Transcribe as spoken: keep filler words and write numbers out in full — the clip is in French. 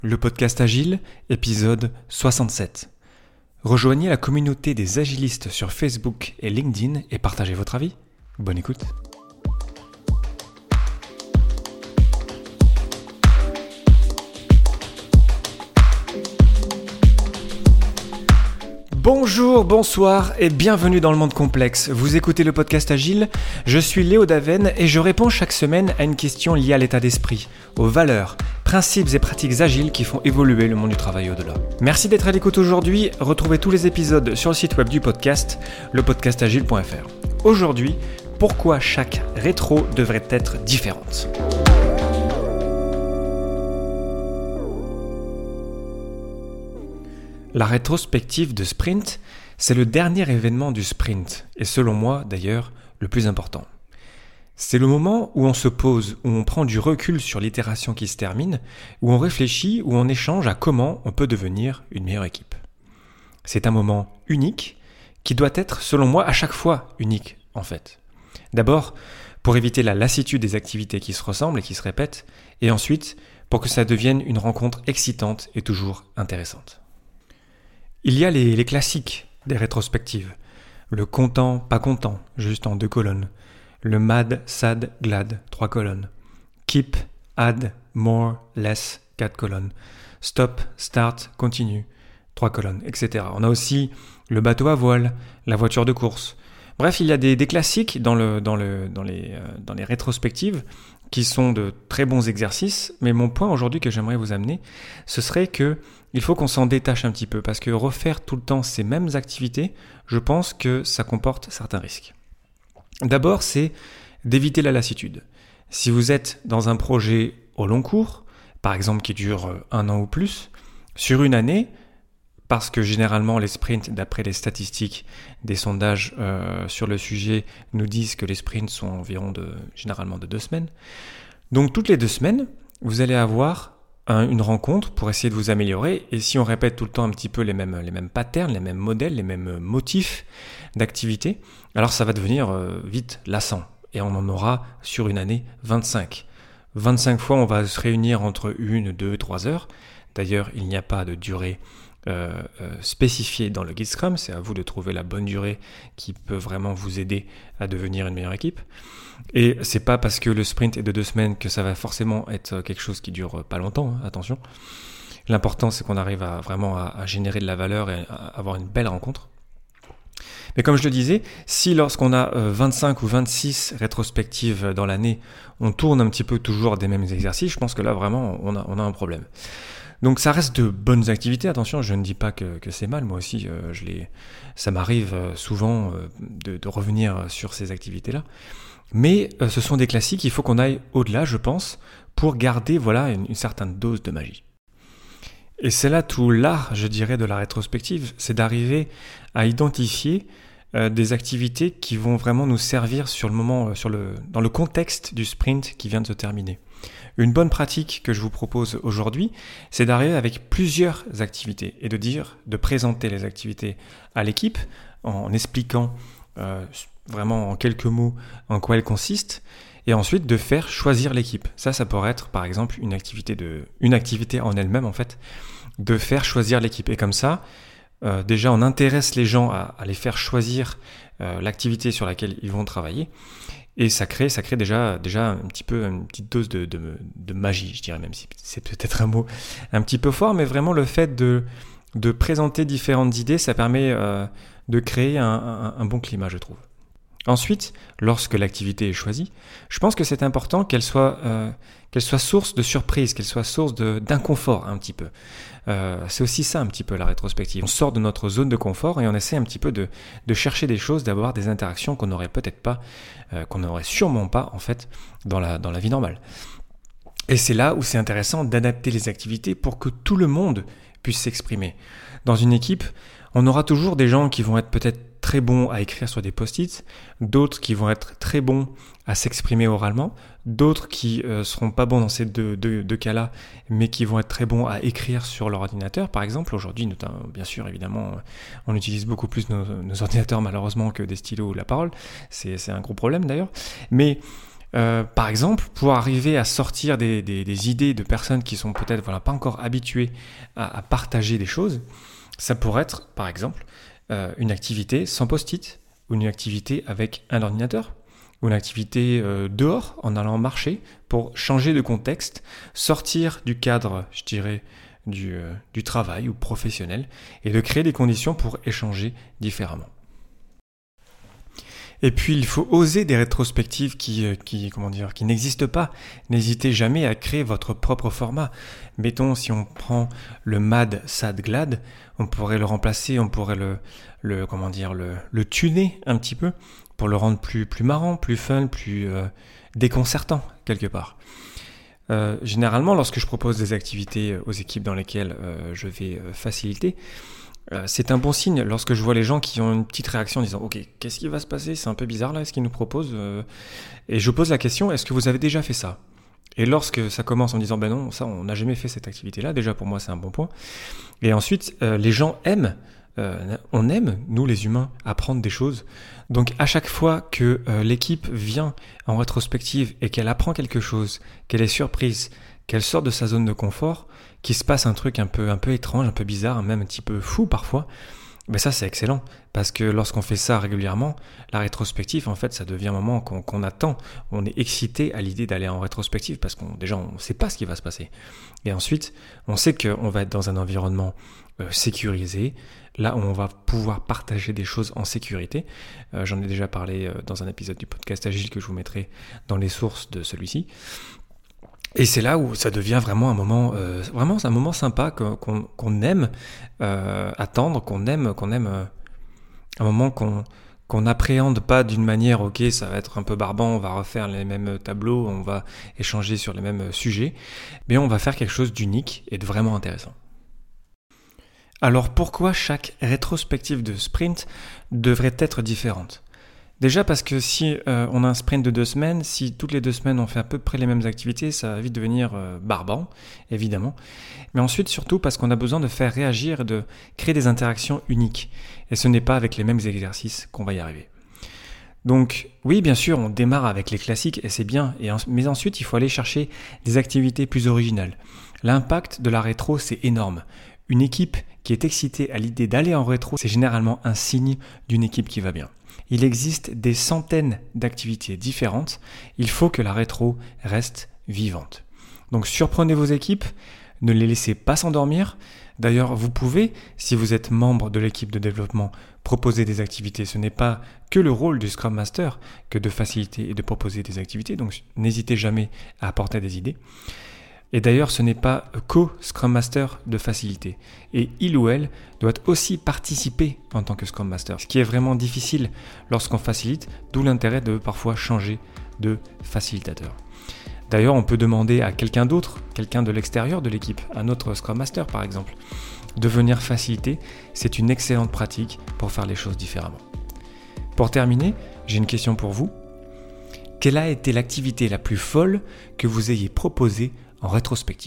Le podcast Agile, épisode soixante-sept. Rejoignez la communauté des agilistes sur Facebook et LinkedIn et partagez votre avis. Bonne écoute. Bonjour, bonsoir et bienvenue dans le monde complexe. Vous écoutez le podcast Agile, je suis Léo Daven et je réponds chaque semaine à une question liée à l'état d'esprit, aux valeurs, principes et pratiques agiles qui font évoluer le monde du travail au-delà. Merci d'être à l'écoute aujourd'hui, retrouvez tous les épisodes sur le site web du podcast, le podcast agile point f r. Aujourd'hui, pourquoi chaque rétro devrait être différente ? La rétrospective de sprint, c'est le dernier événement du sprint, et selon moi d'ailleurs, le plus important. C'est le moment où on se pose, où on prend du recul sur l'itération qui se termine, où on réfléchit, où on échange à comment on peut devenir une meilleure équipe. C'est un moment unique, qui doit être, selon moi, à chaque fois unique en fait. D'abord, pour éviter la lassitude des activités qui se ressemblent et qui se répètent, et ensuite, pour que ça devienne une rencontre excitante et toujours intéressante. Il y a les, les classiques des rétrospectives. Le content, pas content, juste en deux colonnes. Le mad, sad, glad, trois colonnes. Keep, add, more, less, quatre colonnes. Stop, start, continue, trois colonnes, et cetera. On a aussi le bateau à voile, la voiture de course. Bref, il y a des, des classiques dans, le, dans, le, dans, les, euh, dans les rétrospectives qui sont de très bons exercices. Mais mon point aujourd'hui que j'aimerais vous amener, ce serait que il faut qu'on s'en détache un petit peu parce que refaire tout le temps ces mêmes activités, je pense que ça comporte certains risques. D'abord, c'est d'éviter la lassitude. Si vous êtes dans un projet au long cours, par exemple qui dure un an ou plus, sur une année, parce que généralement les sprints, d'après les statistiques des sondages euh, sur le sujet, nous disent que les sprints sont environ de, généralement de deux semaines. Donc toutes les deux semaines, vous allez avoir une rencontre pour essayer de vous améliorer, et si on répète tout le temps un petit peu les mêmes, les mêmes patterns, les mêmes modèles, les mêmes motifs d'activité, alors ça va devenir euh, vite lassant, et on en aura sur une année vingt-cinq. vingt-cinq fois on va se réunir entre une, deux, trois heures, d'ailleurs il n'y a pas de durée euh, euh, spécifiée dans le guide Scrum, c'est à vous de trouver la bonne durée qui peut vraiment vous aider à devenir une meilleure équipe. Et c'est pas parce que le sprint est de deux semaines que ça va forcément être quelque chose qui dure pas longtemps, hein, attention. L'important c'est qu'on arrive à vraiment à, à générer de la valeur et à avoir une belle rencontre. Mais comme je le disais, si lorsqu'on a vingt-cinq ou vingt-six rétrospectives dans l'année, on tourne un petit peu toujours des mêmes exercices, je pense que là vraiment on a, on a un problème. Donc ça reste de bonnes activités, attention, je ne dis pas que, que c'est mal, moi aussi euh, je les, ça m'arrive souvent euh, de, de revenir sur ces activités-là. Mais euh, ce sont des classiques, il faut qu'on aille au-delà, je pense, pour garder voilà, une, une certaine dose de magie. Et c'est là tout l'art, je dirais, de la rétrospective, c'est d'arriver à identifier euh, des activités qui vont vraiment nous servir sur le moment, euh, sur le, dans le contexte du sprint qui vient de se terminer. Une bonne pratique que je vous propose aujourd'hui, c'est d'arriver avec plusieurs activités et de dire, de présenter les activités à l'équipe en expliquant euh, vraiment en quelques mots en quoi elles consistent et ensuite de faire choisir l'équipe. Ça, ça pourrait être par exemple une activité, de, une activité en elle-même en fait, de faire choisir l'équipe. Et comme ça, euh, déjà on intéresse les gens à, à les faire choisir euh, l'activité sur laquelle ils vont travailler. Et ça crée, ça crée déjà, déjà un petit peu une petite dose de, de, de magie, je dirais, même si c'est peut-être un mot un petit peu fort, mais vraiment le fait de, de présenter différentes idées, ça permet euh, de créer un, un, un bon climat, je trouve. Ensuite, lorsque l'activité est choisie, je pense que c'est important qu'elle soit, euh, qu'elle soit source de surprise, qu'elle soit source de, d'inconfort un petit peu. Euh, c'est aussi ça un petit peu la rétrospective. On sort de notre zone de confort et on essaie un petit peu de, de chercher des choses, d'avoir des interactions qu'on n'aurait peut-être pas, euh, qu'on n'aurait sûrement pas en fait dans la, dans la vie normale. Et c'est là où c'est intéressant d'adapter les activités pour que tout le monde puisse s'exprimer. Dans une équipe, on aura toujours des gens qui vont être peut-être très bons à écrire sur des post-it, d'autres qui vont être très bons à s'exprimer oralement, d'autres qui euh, seront pas bons dans ces deux, deux, deux cas-là, mais qui vont être très bons à écrire sur leur ordinateur, par exemple. Aujourd'hui, notamment, bien sûr, évidemment, on utilise beaucoup plus nos, nos ordinateurs malheureusement que des stylos ou la parole. C'est, c'est un gros problème d'ailleurs. Mais Euh, par exemple, pour arriver à sortir des, des, des idées de personnes qui sont peut-être voilà, pas encore habituées à, à partager des choses, ça pourrait être, par exemple, euh, une activité sans post-it, ou une activité avec un ordinateur, ou une activité euh, dehors, en allant marcher, pour changer de contexte, sortir du cadre, je dirais, du, euh, du travail ou professionnel, et de créer des conditions pour échanger différemment. Et puis, il faut oser des rétrospectives qui, qui, comment dire, qui n'existent pas. N'hésitez jamais à créer votre propre format. Mettons, si on prend le Mad, Sad, Glad, on pourrait le remplacer, on pourrait le, le, comment dire, le, le tuner un petit peu pour le rendre plus, plus marrant, plus fun, plus euh, déconcertant, quelque part. Euh, généralement, lorsque je propose des activités aux équipes dans lesquelles euh, je vais euh, faciliter, Euh, c'est un bon signe lorsque je vois les gens qui ont une petite réaction en disant « Ok, qu'est-ce qui va se passer ? C'est un peu bizarre là, ce qu'ils nous proposent. Euh... » Et je pose la question « Est-ce que vous avez déjà fait ça ?» Et lorsque ça commence en disant « Ben non, ça, on n'a jamais fait cette activité-là. » Déjà, pour moi, c'est un bon point. Et ensuite, euh, les gens aiment, euh, on aime, nous les humains, apprendre des choses. Donc, à chaque fois que euh, l'équipe vient en rétrospective et qu'elle apprend quelque chose, qu'elle est surprise, qu'elle sort de sa zone de confort, qu'il se passe un truc un peu, un peu étrange, un peu bizarre, même un petit peu fou parfois, ben ça c'est excellent. Parce que lorsqu'on fait ça régulièrement, la rétrospective, en fait, ça devient un moment qu'on, qu'on attend. On est excité à l'idée d'aller en rétrospective parce qu'on déjà on ne sait pas ce qui va se passer. Et ensuite, on sait qu'on va être dans un environnement euh, sécurisé, là où on va pouvoir partager des choses en sécurité. Euh, j'en ai déjà parlé euh, dans un épisode du podcast Agile que je vous mettrai dans les sources de celui-ci. Et c'est là où ça devient vraiment un moment, euh, vraiment c'est un moment sympa qu'on, qu'on, qu'on aime euh, attendre, qu'on aime, qu'on aime euh, un moment qu'on qu'on n'appréhende pas d'une manière, ok, ça va être un peu barbant, on va refaire les mêmes tableaux, on va échanger sur les mêmes sujets, mais on va faire quelque chose d'unique et de vraiment intéressant. Alors pourquoi chaque rétrospective de sprint devrait être différente ? Déjà parce que si euh, on a un sprint de deux semaines, si toutes les deux semaines on fait à peu près les mêmes activités, ça va vite devenir euh, barbant, évidemment. Mais ensuite, surtout parce qu'on a besoin de faire réagir et de créer des interactions uniques. Et ce n'est pas avec les mêmes exercices qu'on va y arriver. Donc oui, bien sûr, on démarre avec les classiques et c'est bien, et en, mais ensuite il faut aller chercher des activités plus originales. L'impact de la rétro, c'est énorme. Une équipe qui est excitée à l'idée d'aller en rétro, c'est généralement un signe d'une équipe qui va bien. Il existe des centaines d'activités différentes. Il faut que la rétro reste vivante. Donc surprenez vos équipes, ne les laissez pas s'endormir. D'ailleurs, vous pouvez, si vous êtes membre de l'équipe de développement, proposer des activités. Ce n'est pas que le rôle du Scrum Master que de faciliter et de proposer des activités. Donc n'hésitez jamais à apporter des idées. Et d'ailleurs, ce n'est pas co-Scrum Master de faciliter. Et il ou elle doit aussi participer en tant que Scrum Master. Ce qui est vraiment difficile lorsqu'on facilite, d'où l'intérêt de parfois changer de facilitateur. D'ailleurs, on peut demander à quelqu'un d'autre, quelqu'un de l'extérieur de l'équipe, un autre Scrum Master par exemple, de venir faciliter. C'est une excellente pratique pour faire les choses différemment. Pour terminer, j'ai une question pour vous. Quelle a été l'activité la plus folle que vous ayez proposée en rétrospective ?